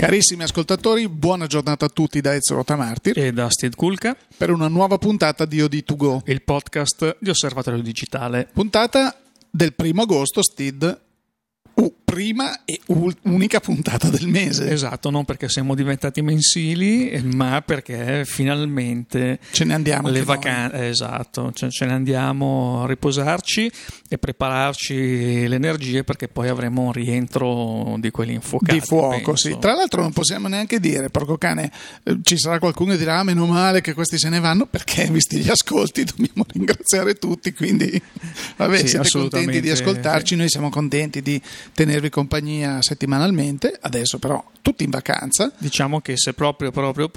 Carissimi ascoltatori, buona giornata a tutti da Ezio Rotamartir e da Steve Kulka per una nuova puntata di OD2Go, il podcast di Osservatorio Digitale. Puntata del 1 agosto, Steve. Prima e unica puntata del mese. Esatto, non perché siamo diventati mensili, ma perché finalmente ce ne andiamo le vacanze. Esatto, ce ne andiamo a riposarci e prepararci le energie, perché poi avremo un rientro di quelli infuocati. Di fuoco, penso. Sì. Tra l'altro non possiamo neanche dire, porco cane, ci sarà qualcuno che dirà meno male che questi se ne vanno, perché visti gli ascolti dobbiamo ringraziare tutti, quindi vabbè, sì, siete contenti di ascoltarci, noi siamo contenti di tenervi compagnia settimanalmente, adesso però tutti in vacanza. Diciamo che se proprio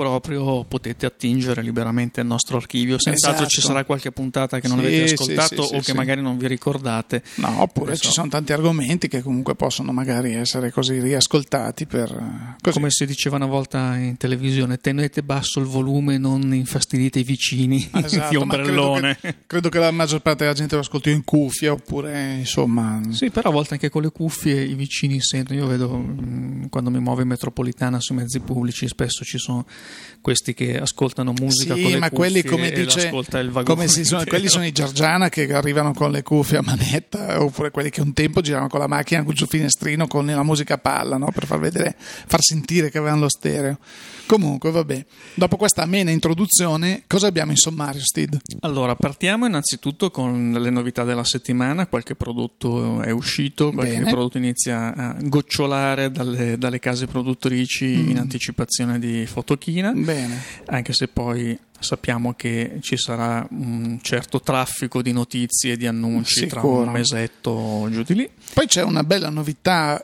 potete attingere liberamente al nostro archivio, senz'altro ci sarà qualche puntata che non avete ascoltato o che magari non vi ricordate. No, oppure ci sono tanti argomenti che comunque possono magari essere così riascoltati per così. Come si diceva una volta in televisione, tenete basso il volume, non infastidite i vicini. Esatto, di ombrellone. Credo che la maggior parte della gente lo ascolti in cuffia, oppure insomma. Sì, però a volte anche con le cuffie i vicini sentono. Io vedo quando mi muovo in metropolitana sui mezzi pubblici, spesso ci sono questi che ascoltano musica con le ma cuffie, quelli, come dice, il vagone. Quelli sono i Giorgiana che arrivano con le cuffie a manetta, oppure quelli che un tempo giravano con la macchina sul finestrino con la musica a palla, no? Per far sentire che avevano lo stereo. Comunque vabbè, dopo questa amena introduzione, cosa abbiamo in sommario, Steve? Allora, partiamo innanzitutto con le novità della settimana. Qualche prodotto è uscito, qualche prodotto inizia a gocciolare dalle case produttrici in anticipazione di Fotochina. Bene. Anche se poi sappiamo che ci sarà un certo traffico di notizie e di annunci tra un mesetto giù di lì. Poi c'è una bella novità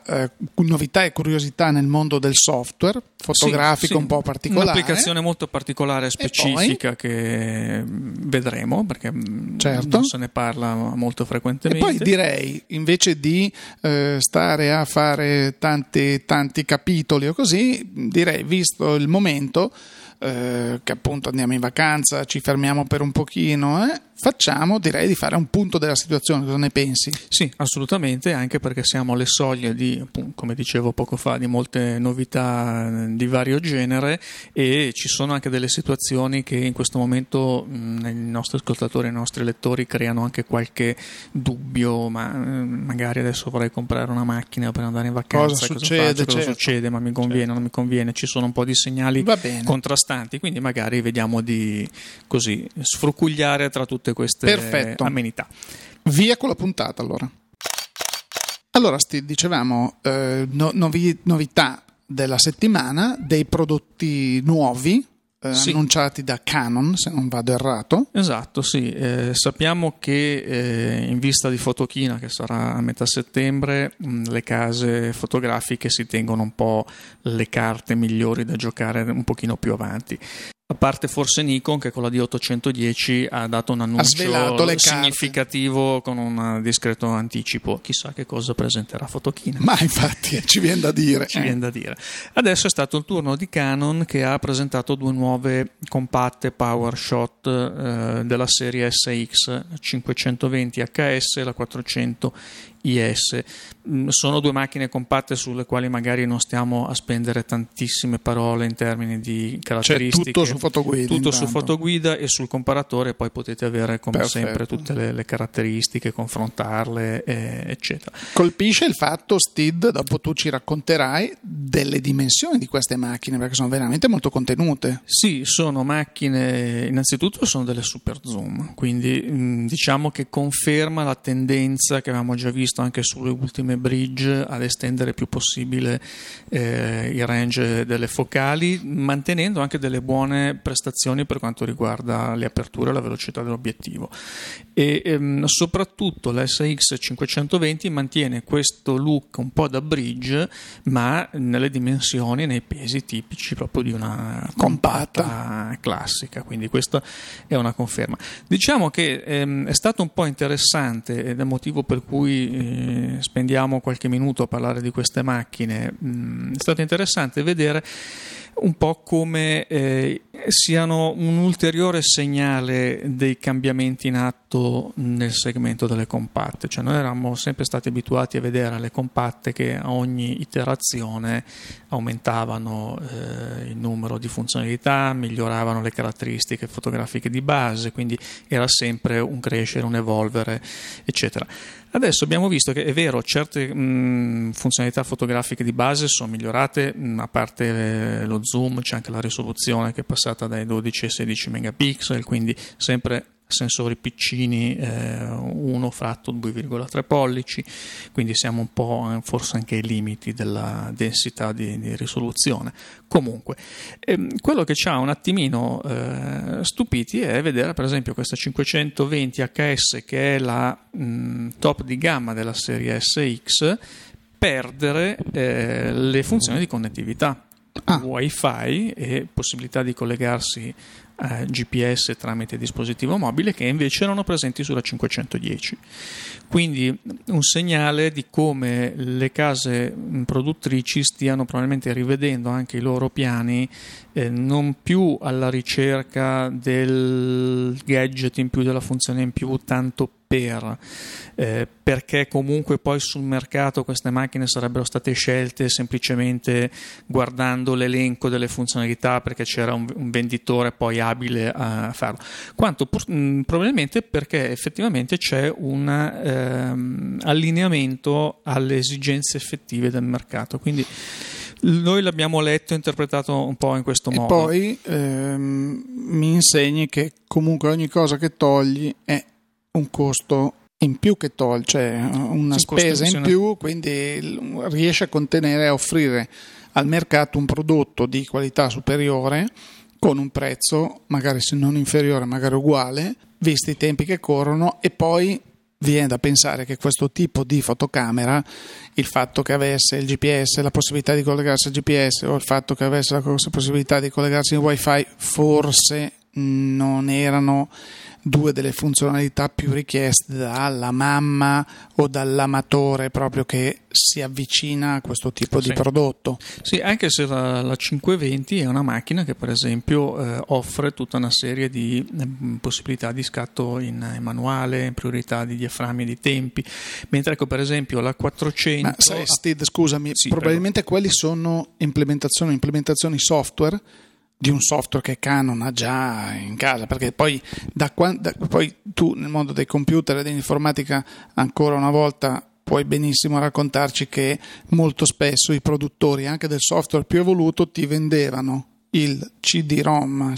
e curiosità nel mondo del software fotografico, un po' particolare. Un'applicazione molto particolare e specifica che vedremo, perché non se ne parla molto frequentemente. E poi direi, invece di stare a fare tanti capitoli o così, direi, visto il momento, che appunto andiamo in vacanza, ci fermiamo per un pochino, direi di fare un punto della situazione. Cosa ne pensi? Sì, assolutamente, anche perché siamo alle soglie di, appunto, come dicevo poco fa, di molte novità di vario genere, e ci sono anche delle situazioni che in questo momento i nostri ascoltatori, i nostri lettori creano anche qualche dubbio, ma magari adesso vorrei comprare una macchina per andare in vacanza, cosa succede, ma mi conviene, non mi conviene, ci sono un po' di segnali contrastanti, quindi magari vediamo di così sfrucugliare tra tutte queste amenità. Via con la puntata allora dicevamo novità della settimana, dei prodotti nuovi annunciati da Canon, se non vado errato. Esatto, sì. Sappiamo che in vista di Fotochina, che sarà a metà settembre, le case fotografiche si tengono un po' le carte migliori da giocare un pochino più avanti. A parte forse Nikon, che con la D810 ha dato un annuncio significativo con un discreto anticipo. Chissà che cosa presenterà Fotochina. Ma infatti ci viene da dire. Adesso è stato il turno di Canon, che ha presentato due nuove compatte PowerShot della serie SX 520 HS e la 400 IS. Sono due macchine compatte sulle quali magari non stiamo a spendere tantissime parole in termini di caratteristiche. Tutto su fotoguida e sul comparatore, poi potete avere come sempre tutte le caratteristiche, confrontarle, eccetera. Colpisce il fatto, Steve, dopo tu ci racconterai delle dimensioni di queste macchine, perché sono veramente molto contenute. Sì, sono macchine, innanzitutto sono delle super zoom, quindi diciamo che conferma la tendenza che avevamo già visto anche sulle ultime bridge ad estendere più possibile il range delle focali, mantenendo anche delle buone prestazioni per quanto riguarda le aperture e la velocità dell'obiettivo, e soprattutto la SX 520 mantiene questo look un po' da bridge, ma nelle dimensioni, nei pesi tipici proprio di una compatta classica, quindi questa è una conferma. Diciamo che è stato un po' interessante, ed è il motivo per cui spendiamo qualche minuto a parlare di queste macchine, è stato interessante vedere un po' come siano un ulteriore segnale dei cambiamenti in atto nel segmento delle compatte. Cioè, noi eravamo sempre stati abituati a vedere le compatte che a ogni iterazione aumentavano il numero di funzionalità, miglioravano le caratteristiche fotografiche di base, quindi era sempre un crescere, un evolvere, eccetera. Adesso abbiamo visto che è vero, certe funzionalità fotografiche di base sono migliorate, a parte lo zoom, c'è anche la risoluzione che è passata dai 12 ai 16 megapixel, quindi sempre sensori piccini, 1 fratto 2,3 pollici, quindi siamo un po' forse anche ai limiti della densità di risoluzione. Comunque, quello che ci ha un attimino stupiti è vedere per esempio questa 520 HS, che è la top di gamma della serie SX, perdere le funzioni di connettività. Wi-Fi e possibilità di collegarsi a GPS tramite dispositivo mobile, che invece erano presenti sulla 510. Quindi un segnale di come le case produttrici stiano probabilmente rivedendo anche i loro piani, non più alla ricerca del gadget in più, della funzione in più, tanto perché comunque poi sul mercato queste macchine sarebbero state scelte semplicemente guardando l'elenco delle funzionalità perché c'era un venditore poi abile a farlo, quanto probabilmente perché effettivamente c'è un allineamento alle esigenze effettive del mercato. Quindi noi l'abbiamo letto e interpretato un po' in questo modo. Poi mi insegni che comunque ogni cosa che togli è un costo in più che togli, cioè una spesa in più, quindi riesce a contenere, a offrire al mercato un prodotto di qualità superiore con un prezzo magari se non inferiore, magari uguale, visti i tempi che corrono. E poi viene da pensare che questo tipo di fotocamera, il fatto che avesse il GPS, la possibilità di collegarsi al GPS, o il fatto che avesse la possibilità di collegarsi in Wi-Fi, forse non erano due delle funzionalità più richieste dalla mamma o dall'amatore proprio che si avvicina a questo tipo di prodotto. Sì, anche se la 520 è una macchina che per esempio offre tutta una serie di possibilità di scatto in manuale, in priorità di diaframmi e di tempi, mentre ecco per esempio la 400... Ma sai, Steve, scusami, sì, probabilmente quelli sono implementazioni software di un software che Canon ha già in casa, perché poi poi tu nel mondo dei computer e dell'informatica ancora una volta puoi benissimo raccontarci che molto spesso i produttori anche del software più evoluto ti vendevano il CD-ROM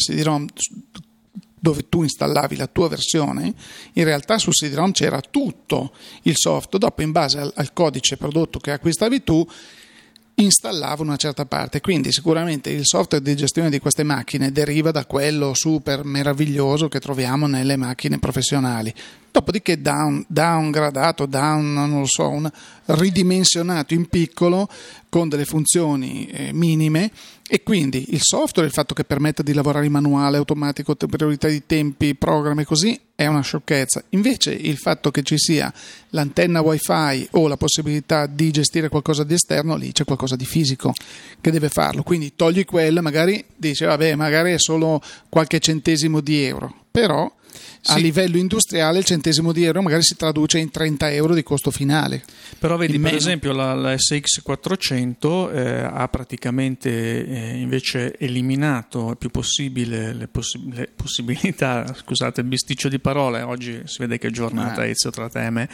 dove tu installavi la tua versione. In realtà sul CD-ROM c'era tutto il software, dopo in base al codice prodotto che acquistavi tu installava una certa parte, quindi sicuramente il software di gestione di queste macchine deriva da quello super meraviglioso che troviamo nelle macchine professionali. Dopodiché downgradato, non lo so, ridimensionato in piccolo con delle funzioni minime, e quindi il software, il fatto che permetta di lavorare in manuale, automatico, priorità di tempi, programmi così, è una sciocchezza. Invece il fatto che ci sia l'antenna Wi-Fi o la possibilità di gestire qualcosa di esterno, lì c'è qualcosa di fisico che deve farlo. Quindi togli quello, magari dice vabbè, magari è solo qualche centesimo di euro, però a livello industriale il centesimo di euro magari si traduce in 30 euro di costo finale. Però vedi, per esempio la SX 400 ha praticamente invece eliminato il più possibile le possibilità, scusate il bisticcio di parole, oggi si vede che è giornata Ezio tra te e me,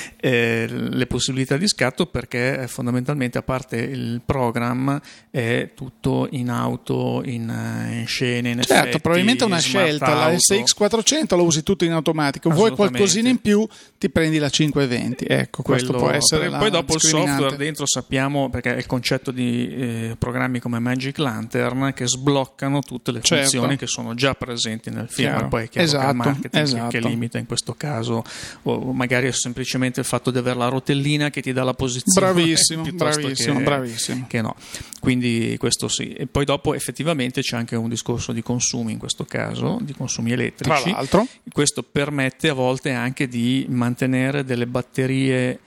le possibilità di scatto, perché fondamentalmente a parte il programma è tutto in auto, in scene, in effetti. Certo, probabilmente una scelta, la SX 400 lo usi tutto in automatico, vuoi qualcosina in più ti prendi la 520, ecco, questo può essere poi dopo il software dentro sappiamo, perché è il concetto di programmi come Magic Lantern che sbloccano tutte le funzioni che sono già presenti nel film. Poi è chiaro che è il marketing che limita in questo caso, o magari è semplicemente il fatto di avere la rotellina che ti dà la posizione, bravissimo che no, quindi questo sì. E poi dopo effettivamente c'è anche un discorso di consumi, in questo caso di consumi elettrici, tra l'altro. Questo permette a volte anche di mantenere delle batterie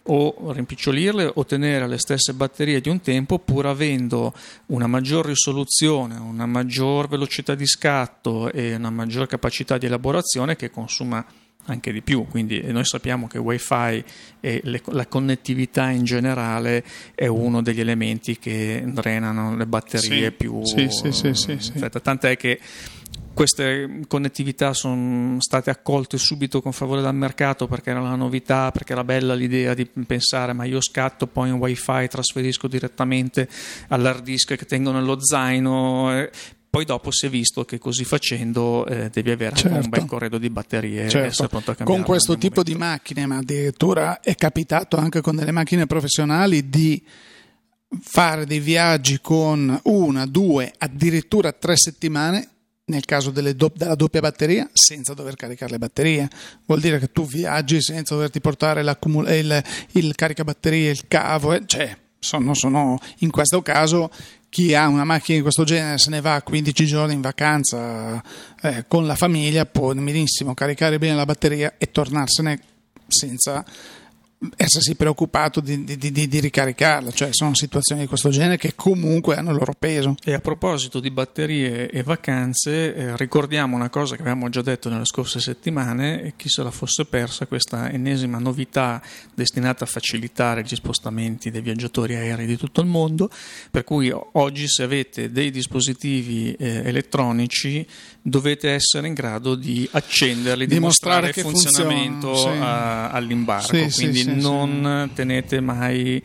o rimpicciolirle o tenere le stesse batterie di un tempo, pur avendo una maggior risoluzione, una maggior velocità di scatto e una maggior capacità di elaborazione che consuma anche di più. Quindi noi sappiamo che Wi-Fi e la connettività in generale è uno degli elementi che drenano le batterie più. Tant'è che queste connettività sono state accolte subito con favore dal mercato, perché era la novità, perché era bella l'idea di pensare: ma io scatto, poi in Wi-Fi trasferisco direttamente all'hard disk che tengo nello zaino. Poi dopo si è visto che così facendo devi avere un bel corredo di batterie e essere pronto a cambiare. Con questo tipo di macchine, ma addirittura è capitato anche con delle macchine professionali di fare dei viaggi con 1, 2, addirittura 3 settimane, nel caso della doppia batteria, senza dover caricare le batterie. Vuol dire che tu viaggi senza doverti portare il caricabatterie, il cavo, sono in questo caso. Chi ha una macchina di questo genere se ne va 15 giorni in vacanza con la famiglia, può benissimo caricare bene la batteria e tornarsene senza essersi preoccupato di ricaricarla. Cioè, sono situazioni di questo genere che comunque hanno il loro peso. E a proposito di batterie e vacanze, ricordiamo una cosa che avevamo già detto nelle scorse settimane, e chi se la fosse persa, questa ennesima novità destinata a facilitare gli spostamenti dei viaggiatori aerei di tutto il mondo, per cui oggi, se avete dei dispositivi elettronici, dovete essere in grado di accenderli, dimostrare il funzionamento all'imbarco. Quindi non tenete mai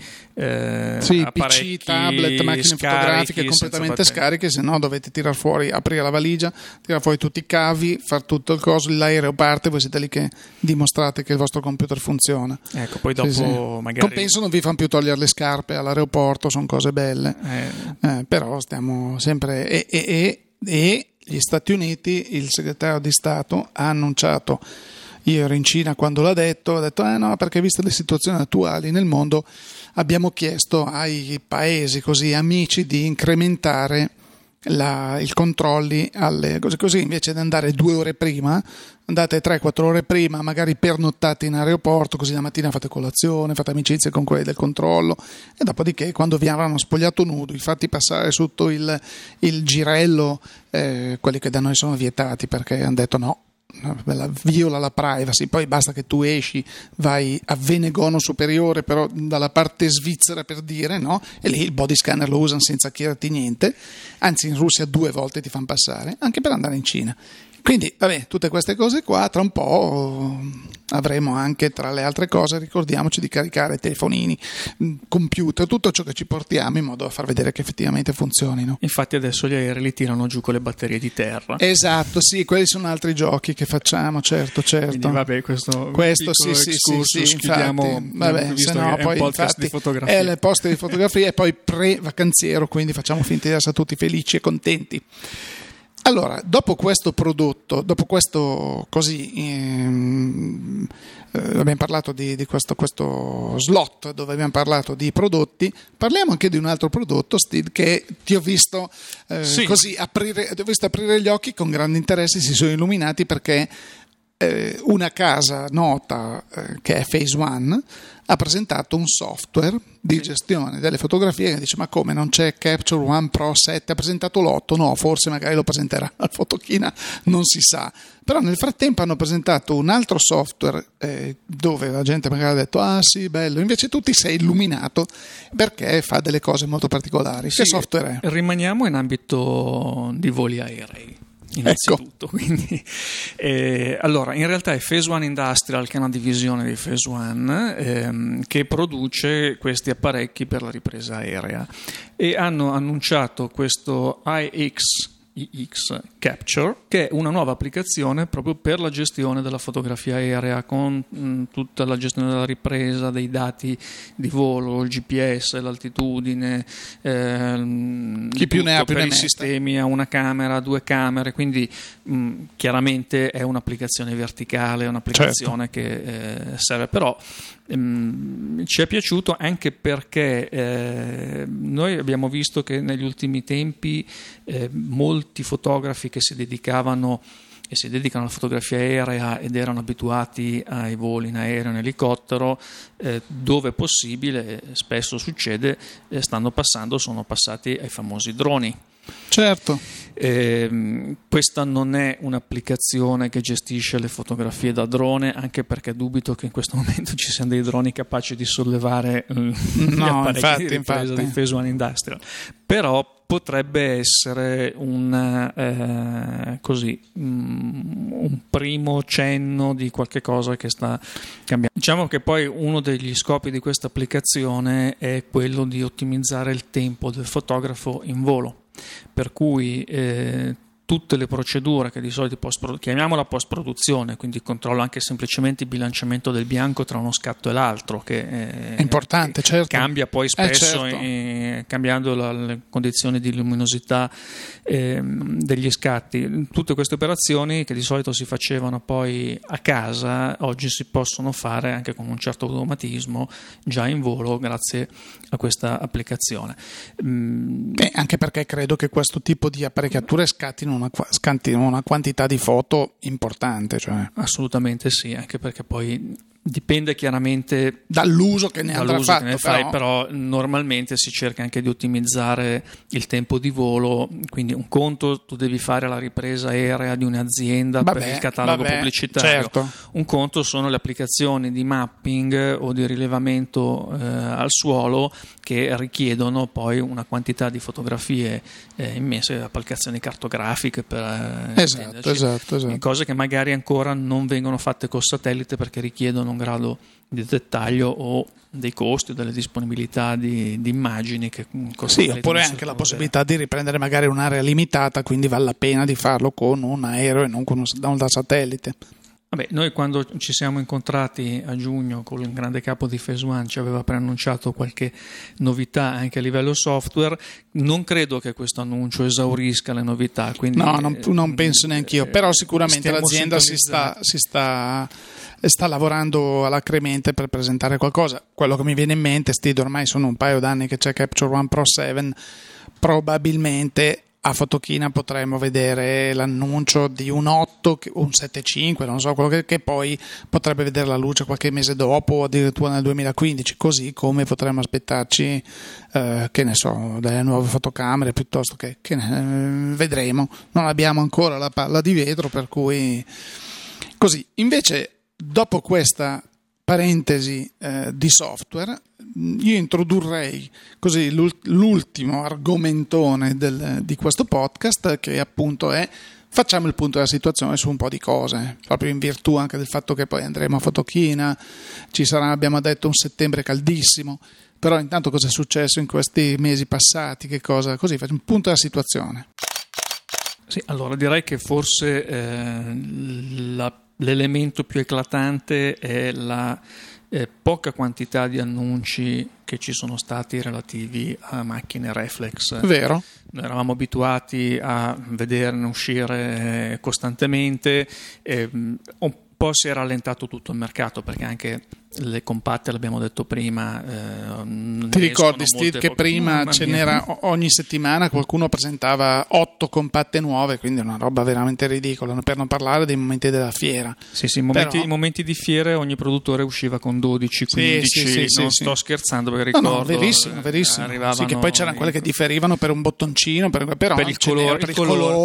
PC, tablet, macchine fotografiche completamente scariche, se no dovete tirar fuori, aprire la valigia, tirare fuori tutti i cavi, far tutto il coso, l'aereo parte, voi siete lì che dimostrate che il vostro computer funziona. Ecco, poi dopo magari compenso non vi fanno più togliere le scarpe all'aeroporto, sono cose belle. Però stiamo sempre e gli Stati Uniti, il segretario di Stato ha annunciato, io ero in Cina quando l'ha detto, ha detto no, perché viste le situazioni attuali nel mondo abbiamo chiesto ai paesi così amici di incrementare i controlli alle così invece di andare 2 ore prima, andate 3-4 ore prima, magari pernottate in aeroporto, così la mattina fate colazione, fate amicizia con quelli del controllo, e dopodiché quando vi avranno spogliato nudi, fatti passare sotto il girello, quelli che da noi sono vietati perché hanno detto no, viola la privacy, poi basta che tu esci, vai a Venegono Superiore, però dalla parte svizzera, per dire, no? E lì il body scanner lo usano senza chiederti niente, anzi in Russia 2 volte ti fanno passare, anche per andare in Cina. Quindi, vabbè, tutte queste cose qua, tra un po' avremo anche, tra le altre cose, ricordiamoci di caricare telefonini, computer, tutto ciò che ci portiamo, in modo da far vedere che effettivamente funzionino. Infatti adesso gli aerei li tirano giù con le batterie di terra. Esatto, sì, quelli sono altri giochi che facciamo, certo. Quindi vabbè, questo sì, chiudiamo, infatti, vabbè, se no poi podcast di fotografia. È le poste di fotografia e poi pre-vacanziero, quindi facciamo finta di essere tutti felici e contenti. Allora, dopo questo prodotto, dopo questo così, abbiamo parlato di questo slot dove abbiamo parlato di prodotti, parliamo anche di un altro prodotto, Steve, che ti ho visto così aprire gli occhi con grande interesse, si sono illuminati perché una casa nota che è Phase One ha presentato un software di gestione delle fotografie che dice: ma come, non c'è Capture One Pro 7? Ha presentato l'8? No, forse magari lo presenterà al Fotochina, non si sa. Però nel frattempo hanno presentato un altro software dove la gente magari ha detto ah sì, bello, invece tu ti sei illuminato perché fa delle cose molto particolari. Che software è? Rimaniamo in ambito di voli aerei. Innanzitutto, quindi allora in realtà è Phase One Industrial, che è una divisione di Phase One che produce questi apparecchi per la ripresa aerea, e hanno annunciato questo iX Capture, che è una nuova applicazione proprio per la gestione della fotografia aerea, con tutta la gestione della ripresa dei dati di volo, il GPS, l'altitudine, chi più ne ha più per ne i metta. sistemi, ha una camera, 2 camere, quindi chiaramente è un'applicazione verticale, è un'applicazione che serve, però ci è piaciuto anche perché noi abbiamo visto che negli ultimi tempi molti fotografi che si dedicavano e si dedicano alla fotografia aerea ed erano abituati ai voli in aereo e in elicottero, dove possibile, spesso succede, sono passati ai famosi droni. Certo. Questa non è un'applicazione che gestisce le fotografie da drone, anche perché dubito che in questo momento ci siano dei droni capaci di sollevare gli apparecchi di ripresa di Phase One Industrial, però potrebbe essere un primo cenno di qualche cosa che sta cambiando. Diciamo che poi uno degli scopi di questa applicazione è quello di ottimizzare il tempo del fotografo in volo, per cui tutte le procedure che di solito chiamiamola post-produzione, quindi controllo anche semplicemente il bilanciamento del bianco tra uno scatto e l'altro, che è importante, certo. Cambia poi spesso, certo. Cambiando le condizioni di luminosità degli scatti. Tutte queste operazioni che di solito si facevano poi a casa, oggi si possono fare anche con un certo automatismo già in volo grazie a questa applicazione. Anche perché credo che questo tipo di apparecchiature scattino una quantità di foto importante, cioè. Assolutamente sì, anche perché poi dipende chiaramente dall'uso che ne andrà fatto, però normalmente si cerca anche di ottimizzare il tempo di volo, quindi un conto tu devi fare la ripresa aerea di un'azienda per il catalogo pubblicitario, certo. Un conto sono le applicazioni di mapping o di rilevamento al suolo che richiedono poi una quantità di fotografie immesse, applicazioni cartografiche per esatto. Cose che magari ancora non vengono fatte col satellite perché richiedono un grado di dettaglio o dei costi o delle disponibilità di immagini che oppure anche la possibilità di riprendere magari un'area limitata, quindi vale la pena di farlo con un aereo e non da satellite. Vabbè, noi quando ci siamo incontrati a giugno con il grande capo di Phase One ci aveva preannunciato qualche novità anche a livello software. Non credo che questo annuncio esaurisca le novità, quindi no, non penso neanche io, però sicuramente l'azienda si sta lavorando alacremente per presentare qualcosa. Quello che mi viene in mente, ormai sono un paio d'anni che c'è Capture One Pro 7, probabilmente a Fotochina potremo vedere l'annuncio di un 8, un 7.5, non so, quello che poi potrebbe vedere la luce qualche mese dopo o addirittura nel 2015, così come potremmo aspettarci che ne so, delle nuove fotocamere, piuttosto che vedremo, non abbiamo ancora la palla di vetro, per cui così. Invece dopo questa parentesi di software, io introdurrei così l'ultimo argomentone di questo podcast, che appunto è: facciamo il punto della situazione su un po' di cose, proprio in virtù anche del fatto che poi andremo a Fotochina, ci sarà, abbiamo detto, un settembre caldissimo, però intanto cosa è successo in questi mesi passati, così facciamo un punto della situazione. Sì, allora direi che forse l'elemento più eclatante è la poca quantità di annunci che ci sono stati relativi a macchine reflex. Vero. Noi eravamo abituati a vederne uscire costantemente, un po' si è rallentato tutto il mercato perché anche le compatte, l'abbiamo detto prima, ti ricordi Steve che prima ce n'era ogni settimana, qualcuno presentava 8 compatte nuove, quindi una roba veramente ridicola, per non parlare dei momenti della fiera. Sì, i momenti di fiere ogni produttore usciva con 12, 15, sto scherzando perché ricordo no, verissimo. Sì, che poi c'erano quelle che differivano per un bottoncino, però per il colore, per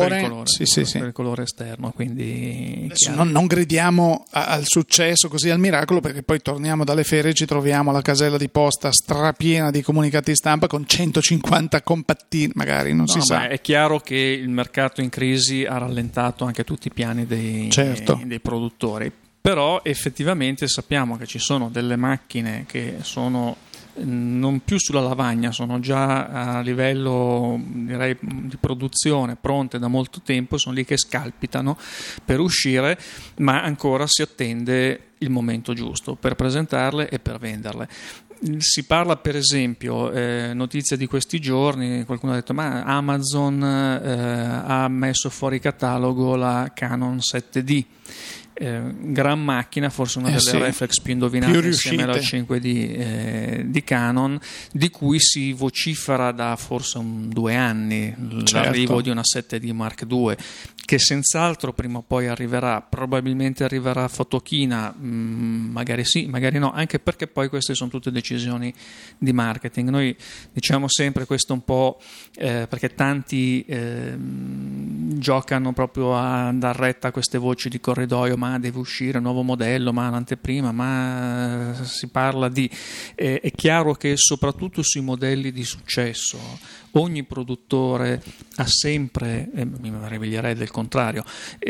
il colore esterno, quindi non gridiamo al successo così, al miracolo, perché poi torniamo dalle ferie e ci troviamo la casella di posta strapiena di comunicati stampa con 150 compattini, magari non si sa. È chiaro che il mercato in crisi ha rallentato anche tutti i piani dei produttori, però effettivamente sappiamo che ci sono delle macchine che sono non più sulla lavagna, sono già a livello, direi, di produzione, pronte da molto tempo, sono lì che scalpitano per uscire, ma ancora si attende il momento giusto per presentarle e per venderle. Si parla, per esempio, notizia di questi giorni, qualcuno ha detto ma Amazon ha messo fuori catalogo la Canon 7D. Gran macchina, forse una delle reflex più indovinate insieme alla 5D di Canon, di cui si vocifera da forse 2 anni l'arrivo di una 7D Mark II, che senz'altro prima o poi arriverà, probabilmente arriverà fotochina, magari sì, magari no, anche perché poi queste sono tutte decisioni di marketing. Noi diciamo sempre questo un po' perché tanti giocano proprio a dar retta a queste voci di corridoio, ma deve uscire un nuovo modello, ma l'anteprima, ma si parla di... è chiaro che soprattutto sui modelli di successo ogni produttore ha sempre, mi meraviglierei del contrario,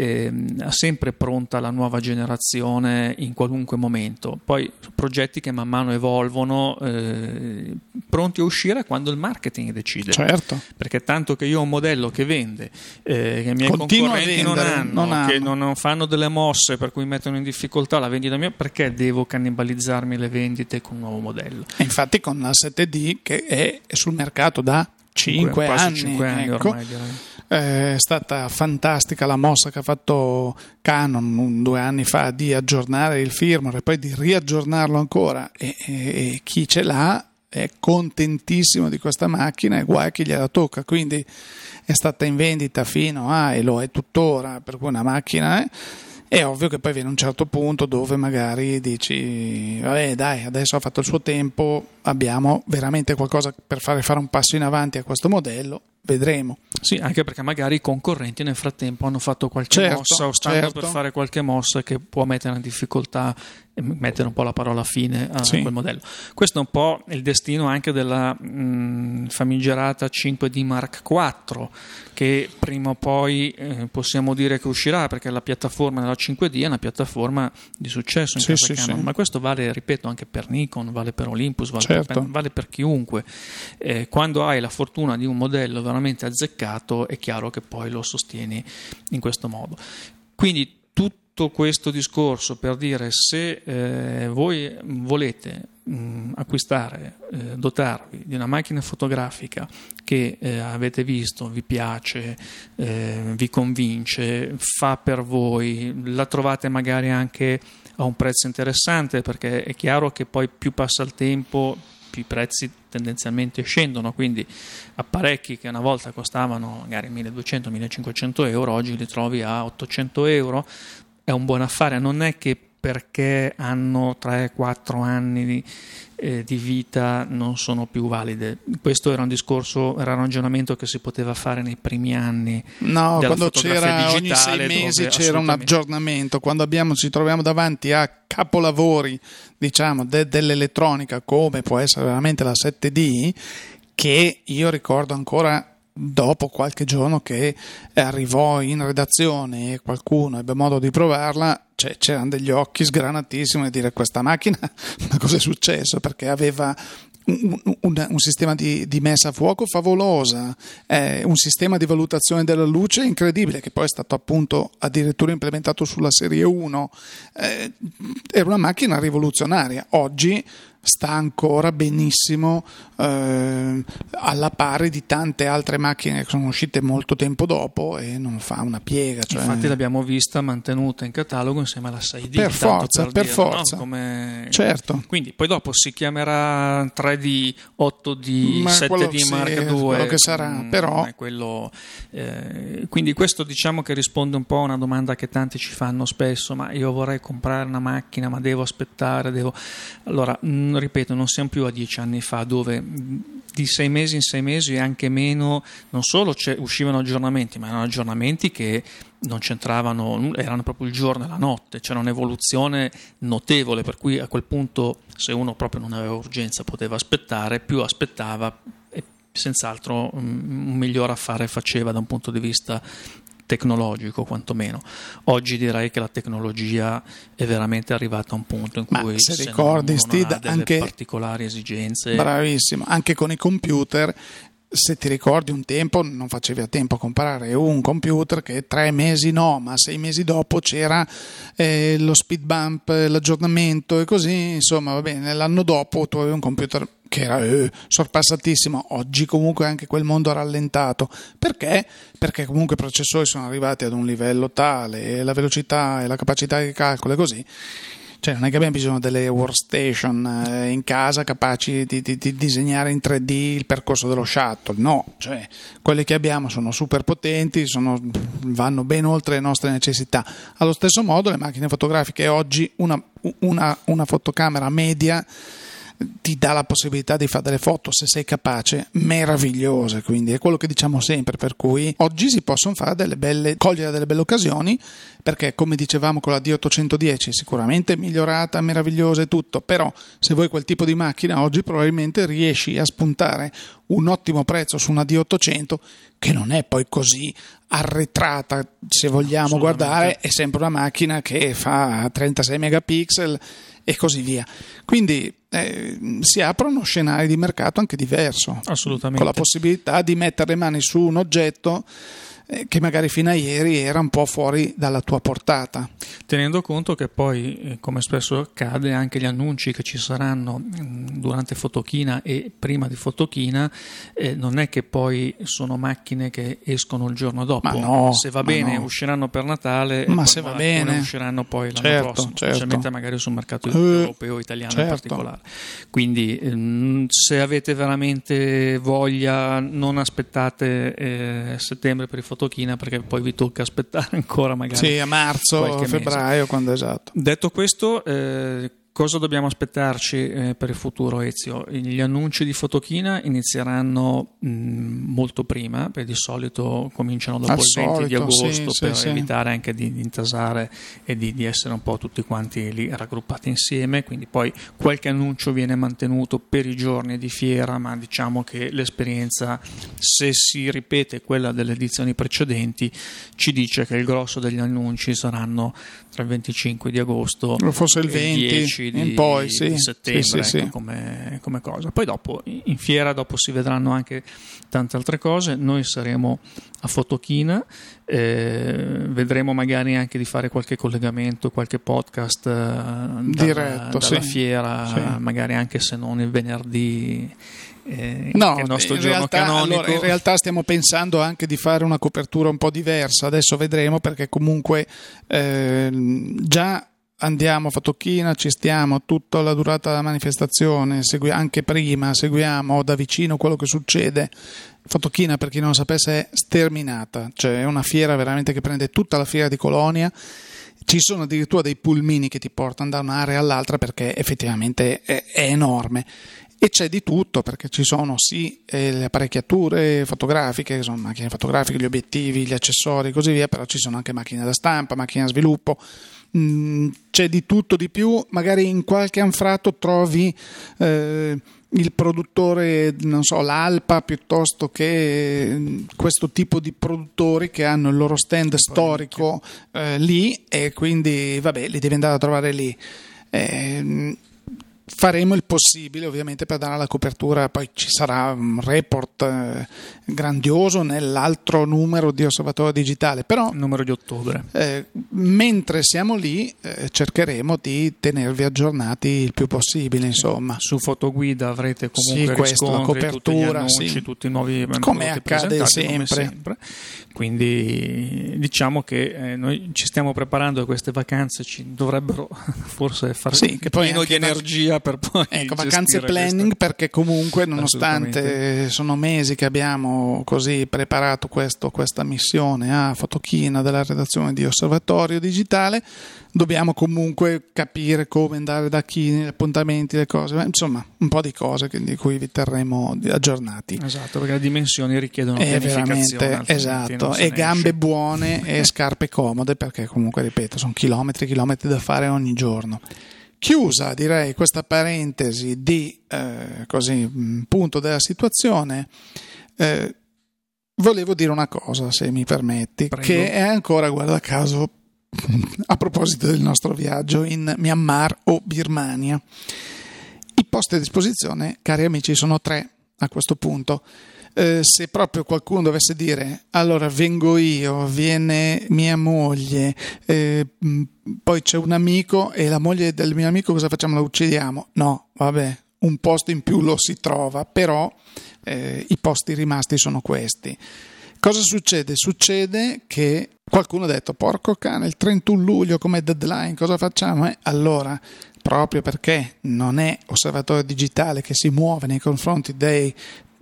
ha sempre pronta la nuova generazione in qualunque momento. Poi progetti che man mano evolvono, pronti a uscire quando il marketing decide. Certo. Perché tanto che io ho un modello che vende, che i miei concorrenti non hanno, che non fanno delle mosse per cui mettono in difficoltà la vendita mia, perché devo cannibalizzarmi le vendite con un nuovo modello? E infatti con la 7D che è sul mercato da 5 anni, ecco, ormai, direi. È stata fantastica la mossa che ha fatto Canon 2 anni fa di aggiornare il firmware e poi di riaggiornarlo ancora, e chi ce l'ha è contentissimo di questa macchina e guai chi gliela tocca. Quindi è stata in vendita fino a, e lo è tuttora, per cui una macchina è ovvio che poi viene un certo punto dove magari dici vabbè dai, adesso ha fatto il suo tempo, abbiamo veramente qualcosa per fare un passo in avanti a questo modello, vedremo. Sì, anche perché magari i concorrenti nel frattempo hanno fatto qualche mossa o stanno per fare qualche mossa che può mettere in difficoltà e mettere un po' la parola fine a quel modello. Questo è un po' il destino anche della famigerata 5D Mark IV, che prima o poi possiamo dire che uscirà, perché la piattaforma della 5D è una piattaforma di successo in casa Canon, ma questo vale, ripeto, anche per Nikon, vale per Olympus, vale per chiunque. Quando hai la fortuna di un modello veramente azzeccato è chiaro che poi lo sostieni in questo modo. Quindi tutto questo discorso per dire, se voi volete acquistare, dotarvi di una macchina fotografica che avete visto, vi piace, vi convince, fa per voi, la trovate magari anche a un prezzo interessante, perché è chiaro che poi più passa il tempo più i prezzi tendenzialmente scendono, quindi apparecchi che una volta costavano magari 1.200-1.500 euro oggi li trovi a 800 euro, è un buon affare. Non è che perché hanno 3-4 anni di vita non sono più valide. Questo era un discorso, era un ragionamento che si poteva fare nei primi anni. No, quando c'era digitale, ogni 6 mesi c'era un aggiornamento, quando ci troviamo davanti a capolavori, diciamo, dell'elettronica come può essere veramente la 7D, che io ricordo ancora dopo qualche giorno che arrivò in redazione e qualcuno ebbe modo di provarla, c'erano degli occhi sgranatissimi a dire questa macchina, ma cosa è successo? Perché aveva un sistema di messa a fuoco favolosa, un sistema di valutazione della luce incredibile, che poi è stato appunto addirittura implementato sulla serie 1. Era una macchina rivoluzionaria. Oggi sta ancora benissimo, alla pari di tante altre macchine che sono uscite molto tempo dopo, e non fa una piega. Infatti l'abbiamo vista mantenuta in catalogo insieme alla 6D. Per forza. No? Come... Certo. Quindi poi dopo si chiamerà 3D, 8D, 7D Mark II. Quello che sarà, però... quindi questo diciamo che risponde un po' a una domanda che tanti ci fanno spesso: ma io vorrei comprare una macchina, ma devo aspettare, Allora, ripeto, non siamo più a 10 anni fa, dove di 6 mesi in 6 mesi e anche meno, non solo uscivano aggiornamenti, ma erano aggiornamenti che non c'entravano, erano proprio il giorno e la notte. C'era un'evoluzione notevole, per cui a quel punto, se uno proprio non aveva urgenza, poteva aspettare, più aspettava e senz'altro un miglior affare faceva da un punto di vista tecnologico, quantomeno. Oggi direi che la tecnologia è veramente arrivata a un punto in cui se ricordi, non Steve, ha delle anche particolari esigenze. Bravissimo, anche con i computer se ti ricordi un tempo non facevi a tempo a comprare un computer che 3 mesi no, ma 6 mesi dopo c'era lo speed bump, l'aggiornamento e così, insomma va bene, l'anno dopo tu avevi un computer che era sorpassatissimo. Oggi comunque anche quel mondo ha rallentato. Perché? Perché comunque i processori sono arrivati ad un livello tale e la velocità e la capacità di calcolo è così. Cioè non è che abbiamo bisogno delle workstation in casa capaci di disegnare in 3D il percorso dello shuttle, no, cioè quelle che abbiamo sono super potenti, vanno ben oltre le nostre necessità. Allo stesso modo le macchine fotografiche oggi, una fotocamera media ti dà la possibilità di fare delle foto, se sei capace, meravigliose, quindi è quello che diciamo sempre, per cui oggi si possono fare cogliere delle belle occasioni, perché come dicevamo con la D810 sicuramente migliorata, meravigliosa e tutto, però se vuoi quel tipo di macchina oggi probabilmente riesci a spuntare un ottimo prezzo su una D800 che non è poi così arretrata, se vogliamo guardare, è sempre una macchina che fa 36 megapixel e così via, quindi si aprono scenari di mercato anche diverso, assolutamente, con la possibilità di mettere le mani su un oggetto che magari fino a ieri era un po' fuori dalla tua portata. Tenendo conto che poi, come spesso accade, anche gli annunci che ci saranno durante Fotochina e prima di Fotochina non è che poi sono macchine che escono il giorno dopo. Se va bene usciranno per Natale, ma se va bene usciranno poi l'anno prossimo, specialmente magari sul mercato europeo e italiano in particolare. Quindi se avete veramente voglia, non aspettate settembre per i Fotochina, perché poi vi tocca aspettare ancora magari a marzo, febbraio, quando esatto. Detto questo, cosa dobbiamo aspettarci per il futuro, Ezio? Gli annunci di Fotochina inizieranno molto prima, perché di solito cominciano dopo il 20 di agosto, per evitare anche di intasare e di essere un po' tutti quanti lì raggruppati insieme, quindi poi qualche annuncio viene mantenuto per i giorni di fiera, ma diciamo che l'esperienza, se si ripete quella delle edizioni precedenti, ci dice che il grosso degli annunci saranno tra il 25 di agosto forse il 20 e il 10 di settembre, come cosa. Poi dopo in fiera si vedranno anche tante altre cose. Noi saremo a Fotochina, vedremo magari anche di fare qualche collegamento, qualche podcast diretto dalla fiera, magari anche se non il venerdì, no, il nostro giorno canonico. Allora, in realtà stiamo pensando anche di fare una copertura un po' diversa, adesso vedremo, perché comunque già andiamo a Fotochina, ci stiamo tutta la durata della manifestazione, anche prima seguiamo da vicino quello che succede. Fotochina, per chi non lo sapesse, è sterminata, cioè è una fiera veramente che prende tutta la fiera di Colonia. Ci sono addirittura dei pulmini che ti portano da un'area all'altra, perché effettivamente è enorme. E c'è di tutto, perché ci sono le apparecchiature fotografiche, che sono macchine fotografiche, gli obiettivi, gli accessori e così via, però ci sono anche macchine da stampa, macchine da sviluppo, c'è di tutto di più. Magari in qualche anfratto trovi il produttore, non so, l'Alpa, piuttosto che questo tipo di produttori che hanno il loro stand storico lì, e quindi vabbè, li devi andare a trovare lì. Faremo il possibile ovviamente per dare la copertura, poi ci sarà un report grandioso nell'altro numero di Osservatorio Digitale, però numero di ottobre, mentre siamo lì cercheremo di tenervi aggiornati il più possibile, insomma. Su Fotoguida avrete comunque riscontri, la copertura, tutti gli annunci, tutti i nuovi come accade sempre. Quindi diciamo che noi ci stiamo preparando a queste vacanze, ci dovrebbero forse far che poi pieno di energia per poi vacanze planning, perché comunque nonostante sono mesi che abbiamo così preparato questa missione a Fotochina della redazione di Osservatorio Digitale, dobbiamo comunque capire come andare da chi, gli appuntamenti, le cose, insomma un po' di cose di cui vi terremo aggiornati. Esatto, perché le dimensioni richiedono pianificazione, esatto, e gambe buone e scarpe comode, perché comunque ripeto sono chilometri da fare ogni giorno. Chiusa direi questa parentesi di punto della situazione, volevo dire una cosa, se mi permetti. Prego. Che è ancora, guarda caso, a proposito del nostro viaggio in Myanmar o Birmania. I posti a disposizione, cari amici, sono 3 a questo punto. se proprio qualcuno dovesse dire allora vengo io, viene mia moglie, poi c'è un amico e la moglie del mio amico, cosa facciamo? La uccidiamo? No, vabbè, un posto in più lo si trova, però i posti rimasti sono questi. Cosa succede? Succede che qualcuno ha detto porco cane, il 31 luglio come deadline, cosa facciamo? Allora, proprio perché non è Osservatorio Digitale che si muove nei confronti dei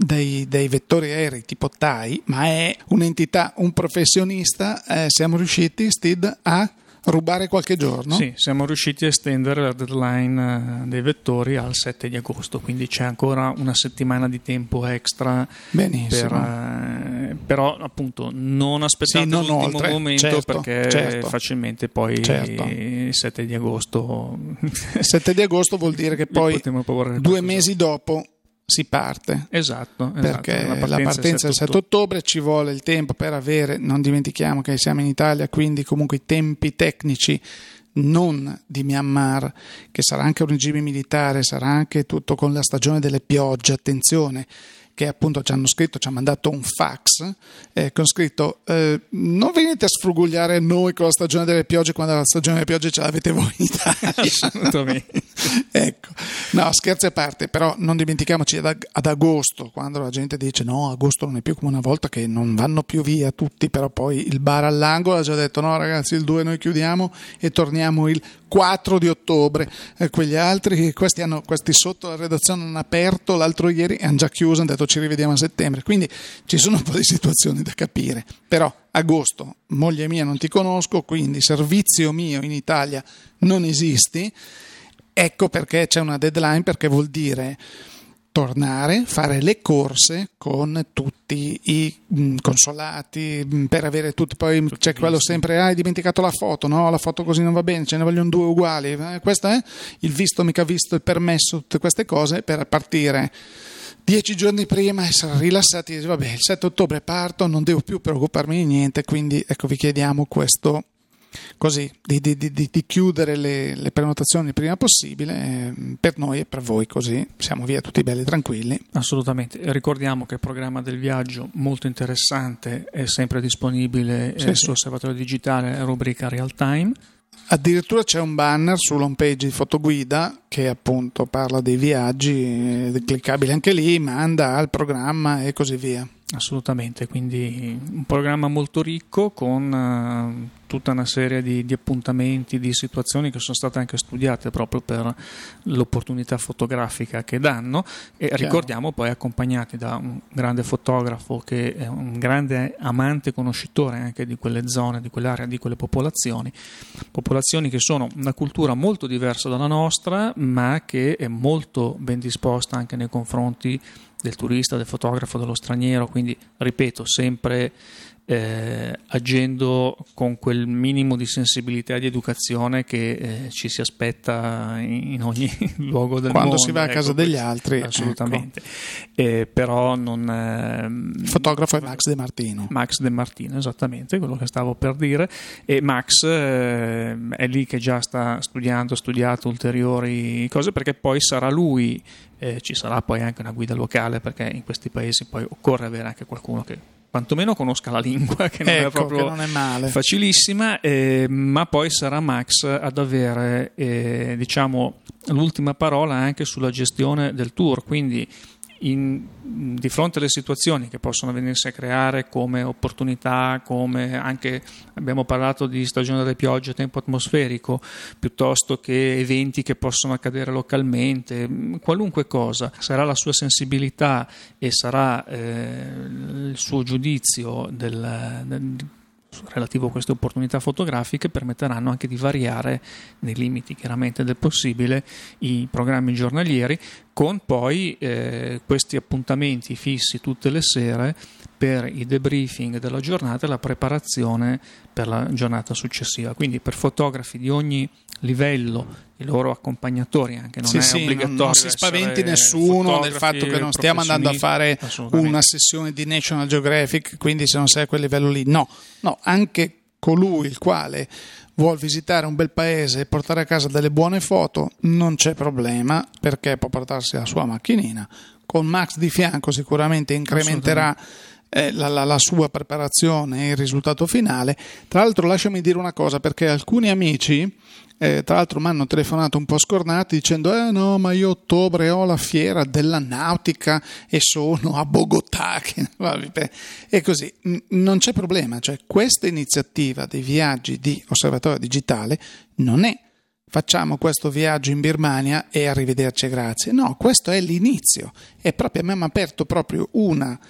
vettori aerei tipo TAI, ma è un'entità, un professionista, siamo riusciti, Steve, a rubare qualche giorno? Sì, siamo riusciti a estendere la deadline dei vettori al 7 di agosto, quindi c'è ancora una settimana di tempo extra. Benissimo. Però appunto non aspettate l'ultimo oltre, momento, perché facilmente poi il 7 di agosto 7 di agosto vuol dire che poi 2 mesi dopo si parte. Esatto. Perché la partenza è il 7 ottobre, ci vuole il tempo per avere, non dimentichiamo che siamo in Italia, quindi comunque i tempi tecnici non di Myanmar, che sarà anche un regime militare, sarà anche tutto con la stagione delle piogge, attenzione, che appunto ci hanno mandato un fax con scritto non venite a sfrugugliare noi con la stagione delle piogge quando la stagione delle piogge ce l'avete voi in Italia. Assolutamente. Ecco, no, scherzi a parte, però non dimentichiamoci ad agosto, quando la gente dice no, agosto non è più come una volta, che non vanno più via tutti, però poi il bar all'angolo ha già detto no ragazzi, il 2 noi chiudiamo e torniamo il 4 di ottobre, quegli altri, questi sotto la redazione hanno aperto l'altro ieri e hanno già chiuso, hanno detto ci rivediamo a settembre, quindi ci sono un po' di situazioni da capire, però agosto, moglie mia non ti conosco, quindi servizio mio in Italia non esisti, ecco perché c'è una deadline, perché vuol dire tornare, fare le corse con tutti i consolati per avere tutti, poi c'è quello sempre hai dimenticato la foto, no, la foto così non va bene, ce ne vogliono 2 uguali, questo è il visto, mica visto, il permesso, tutte queste cose per partire 10 giorni prima, essere rilassati, vabbè il 7 ottobre parto, non devo più preoccuparmi di niente, quindi ecco vi chiediamo questo, così di chiudere le prenotazioni il prima possibile, per noi e per voi, così siamo via tutti belli tranquilli. Assolutamente, ricordiamo che il programma del viaggio molto interessante è sempre disponibile su Osservatorio Digitale, rubrica Real Time. Addirittura c'è un banner sull'home page di Fotoguida che appunto parla dei viaggi, cliccabile anche lì, manda al programma e così via. Assolutamente, quindi un programma molto ricco con tutta una serie di appuntamenti, di situazioni che sono state anche studiate proprio per l'opportunità fotografica che danno, e ricordiamo poi accompagnati da un grande fotografo che è un grande amante conoscitore anche di quelle zone, di quell'area, di quelle popolazioni che sono una cultura molto diversa dalla nostra, ma che è molto ben disposta anche nei confronti del turista, del fotografo, dello straniero, quindi ripeto, sempre agendo con quel minimo di sensibilità e di educazione che ci si aspetta in ogni luogo del quando mondo. Si va a casa degli altri. Assolutamente. Però non... Il fotografo è Max De Martino. Max De Martino, esattamente, quello che stavo per dire. E Max è lì che già sta studiato ulteriori cose, perché poi sarà lui, ci sarà poi anche una guida locale, perché in questi paesi poi occorre avere anche qualcuno che quantomeno conosca la lingua, che non è proprio che non è male, facilissima, ma poi sarà Max ad avere diciamo l'ultima parola anche sulla gestione del tour, quindi di fronte alle situazioni che possono venirsi a creare come opportunità, come anche abbiamo parlato di stagione delle piogge, tempo atmosferico, piuttosto che eventi che possono accadere localmente, qualunque cosa, sarà la sua sensibilità e sarà il suo giudizio relativo a queste opportunità fotografiche, permetteranno anche di variare nei limiti chiaramente del possibile i programmi giornalieri, con poi questi appuntamenti fissi tutte le sere per i debriefing della giornata e la preparazione per la giornata successiva. Quindi per fotografi di ogni livello, i loro accompagnatori anche, non è obbligatorio. Non si spaventi nessuno del fatto che non stiamo andando a fare una sessione di National Geographic, quindi se non sei a quel livello lì, no, anche colui il quale vuol visitare un bel paese e portare a casa delle buone foto non c'è problema, perché può portarsi la sua macchinina, con Max di fianco sicuramente incrementerà la sua preparazione e il risultato finale. Tra l'altro lasciami dire una cosa, perché alcuni amici tra l'altro mi hanno telefonato un po' scornati dicendo no, ma io a ottobre ho la fiera della nautica e sono a Bogotà e così. Non c'è problema, cioè questa iniziativa dei viaggi di osservatorio digitale non è facciamo questo viaggio in Birmania e arrivederci e grazie, no, questo è l'inizio, è proprio, abbiamo aperto proprio una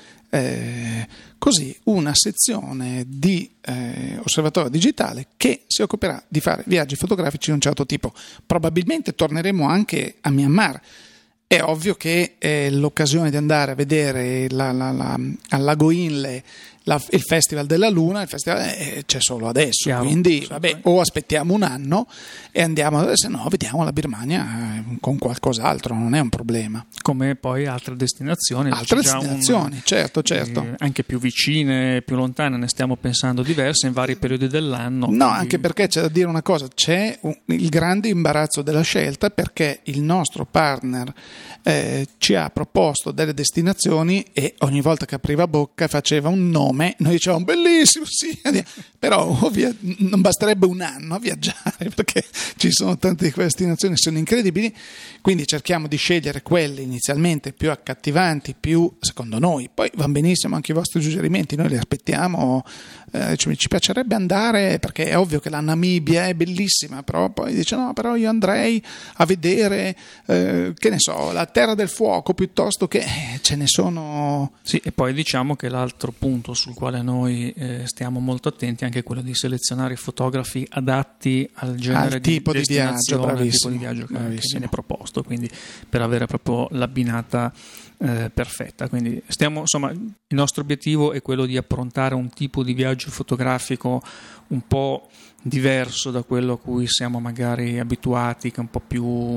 sezione di osservatorio digitale che si occuperà di fare viaggi fotografici di un certo tipo. Probabilmente torneremo anche a Myanmar. È ovvio che l'occasione di andare a vedere al Lago Inle il Festival della Luna, il festival c'è solo adesso, chiaro, quindi vabbè, o aspettiamo un anno e andiamo, se no vediamo la Birmania con qualcos'altro, non è un problema. Come poi altre destinazioni, certo. Anche più vicine, più lontane, ne stiamo pensando diverse in vari periodi dell'anno. No, quindi... anche perché c'è da dire una cosa, c'è il grande imbarazzo della scelta, perché il nostro partner ci ha proposto delle destinazioni e ogni volta che apriva bocca faceva un nome, noi dicevamo bellissimo, sì, però non basterebbe un anno a viaggiare, perché ci sono tante destinazioni che sono incredibili, quindi cerchiamo di scegliere quelle inizialmente più accattivanti, più secondo noi, poi van benissimo anche i vostri suggerimenti, noi li aspettiamo, ci piacerebbe andare, perché è ovvio che la Namibia è bellissima, però poi dice no, però io andrei a vedere che ne so, la Terra del Fuoco, piuttosto che ce ne sono. Sì, e poi diciamo che l'altro punto sul quale noi stiamo molto attenti è anche quello di selezionare i fotografi adatti al genere tipo di viaggio, al tipo di viaggio che viene proposto, quindi per avere proprio l'abbinata perfetta. Quindi il nostro obiettivo è quello di approntare un tipo di viaggio fotografico un po' diverso da quello a cui siamo magari abituati, che è un po' più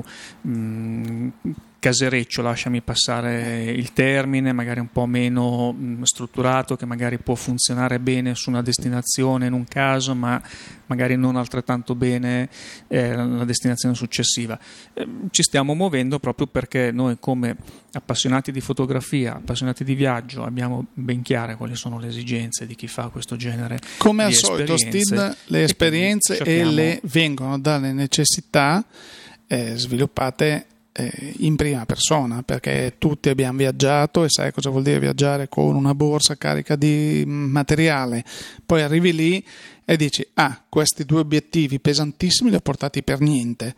casereccio, lasciami passare il termine, magari un po' meno strutturato, che magari può funzionare bene su una destinazione in un caso, ma magari non altrettanto bene la destinazione successiva. Ci stiamo muovendo proprio perché noi, come appassionati di fotografia, appassionati di viaggio, abbiamo ben chiare quali sono le esigenze di chi fa questo genere come di al solito, Steve, le esperienze vengono dalle necessità sviluppate in prima persona, perché tutti abbiamo viaggiato e sai cosa vuol dire viaggiare con una borsa carica di materiale, poi arrivi lì e dici questi due obiettivi pesantissimi li ho portati per niente.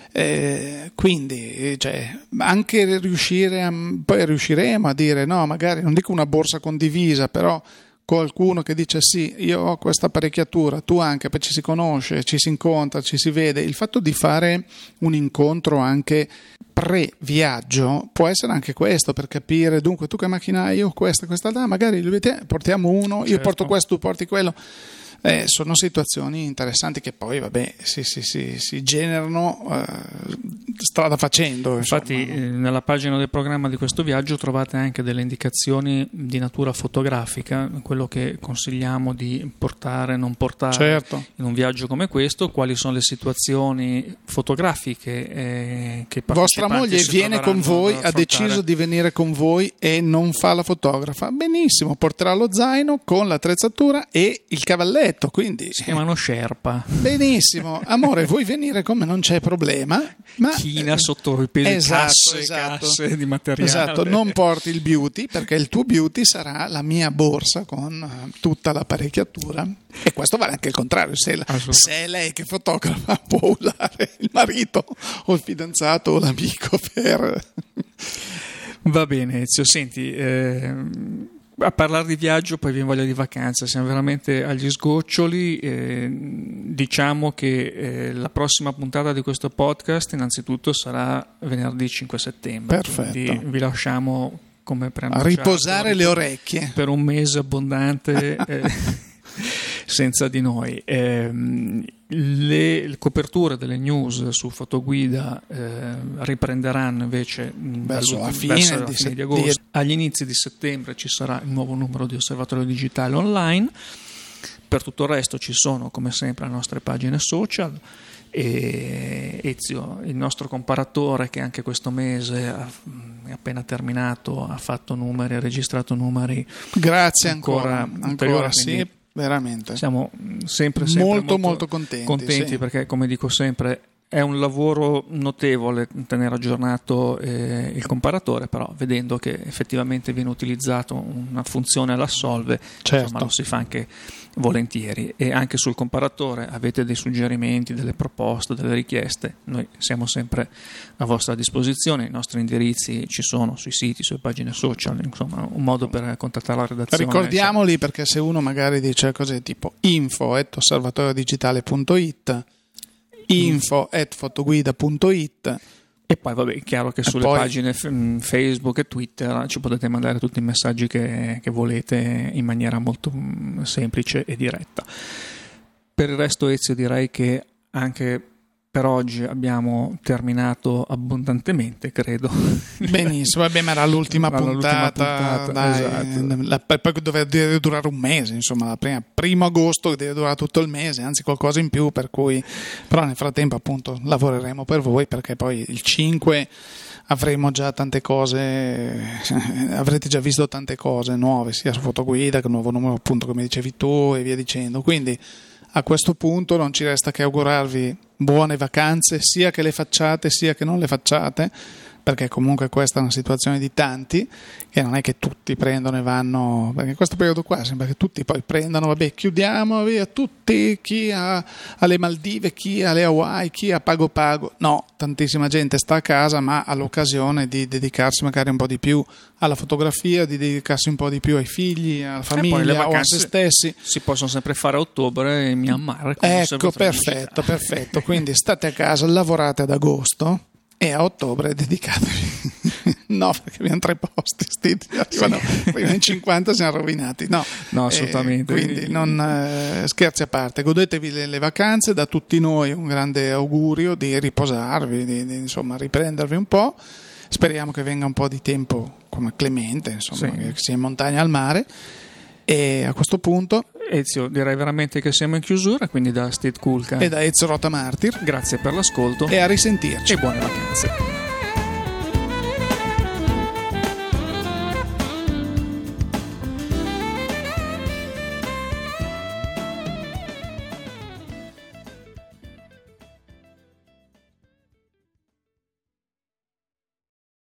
Quindi anche poi riusciremo a dire no, magari non dico una borsa condivisa, però qualcuno che dice sì, io ho questa apparecchiatura, tu anche, poi ci si conosce, ci si incontra, ci si vede. Il fatto di fare un incontro anche pre-viaggio può essere anche questo, per capire dunque tu che macchina hai, io questa, magari portiamo uno, io porto questo, tu porti quello. Sono situazioni interessanti che poi si generano strada facendo. Infatti nella pagina del programma di questo viaggio trovate anche delle indicazioni di natura fotografica, quello che consigliamo di portare, non portare in un viaggio come questo, quali sono le situazioni fotografiche che vostra moglie viene con voi, ha deciso di venire con voi e non fa la fotografa, benissimo, porterà lo zaino con l'attrezzatura e il cavalletto, quindi si chiamano Sherpa. Benissimo, amore, vuoi venire con me? Non c'è problema. Ma china sotto i pesi, casse di materiale. Esatto, non porti il beauty, perché il tuo beauty sarà la mia borsa con tutta l'apparecchiatura. E questo vale anche il contrario, se è lei che fotografa può usare il marito o il fidanzato o l'amico per... Va bene, Ezio, senti, a parlare di viaggio poi viene voglia di vacanza, siamo veramente agli sgoccioli. Diciamo che la prossima puntata di questo podcast innanzitutto sarà venerdì 5 settembre. Perfetto. Quindi vi lasciamo, come preannunciato, a riposare le orecchie per un mese abbondante senza di noi. Le coperture delle news su Fotoguida riprenderanno invece verso la fine di agosto. Agli inizi di settembre ci sarà il nuovo numero di Osservatorio Digitale online. Per tutto il resto ci sono come sempre le nostre pagine social E Ezio, il nostro comparatore, che anche questo mese è appena terminato, ha fatto numeri, ha registrato numeri. Grazie ancora sì, veramente. Siamo sempre molto contenti sì. Perché, come dico sempre, è un lavoro notevole tenere aggiornato il comparatore, però vedendo che effettivamente viene utilizzato una funzione alla solve, certo. Insomma, lo si fa anche volentieri. E anche sul comparatore avete dei suggerimenti, delle proposte, delle richieste, noi siamo sempre a vostra disposizione, i nostri indirizzi ci sono sui siti, sulle pagine social, insomma un modo per contattare la redazione. Ricordiamoli, perché se uno magari dice cose tipo info@osservatoriodigitale.it, info@fotoguida.it, e poi vabbè, è chiaro che sulle pagine Facebook e Twitter ci potete mandare tutti i messaggi che volete in maniera molto semplice e diretta. Per il resto, Ezio, direi che anche per oggi abbiamo terminato abbondantemente, credo. Benissimo, vabbè, ma era l'ultima puntata dai, esatto. Poi deve durare un mese, insomma, primo agosto deve durare tutto il mese, anzi qualcosa in più, per cui però nel frattempo appunto lavoreremo per voi, perché poi il 5 avremo già tante cose, avrete già visto tante cose nuove, sia su Fotoguida che un nuovo numero, appunto, come dicevi tu, e via dicendo. Quindi a questo punto non ci resta che augurarvi buone vacanze, sia che le facciate sia che non le facciate, perché comunque questa è una situazione di tanti, che non è che tutti prendono e vanno, perché in questo periodo qua sembra che tutti poi prendano, vabbè, chiudiamo, via tutti, chi alle Maldive, chi alle Hawaii, chi a pago, no, tantissima gente sta a casa, ma ha l'occasione di dedicarsi magari un po' di più alla fotografia, di dedicarsi un po' di più ai figli, alla famiglia o a se stessi. Si possono sempre fare a ottobre in Myanmar. Ecco, perfetto, quindi state a casa, lavorate ad agosto e a ottobre dedicatevi. No, perché abbiamo 3 posti, arrivano in 50, siamo rovinati. No, assolutamente. Quindi non scherzi a parte, godetevi le vacanze, da tutti noi un grande augurio di riposarvi, di insomma riprendervi un po'. Speriamo che venga un po' di tempo come clemente, insomma, che sia in montagna al mare. E a questo punto, Ezio, direi veramente che siamo in chiusura, quindi da Steve Kulka e da Ezio Rota Martir, grazie per l'ascolto e a risentirci e buone vacanze.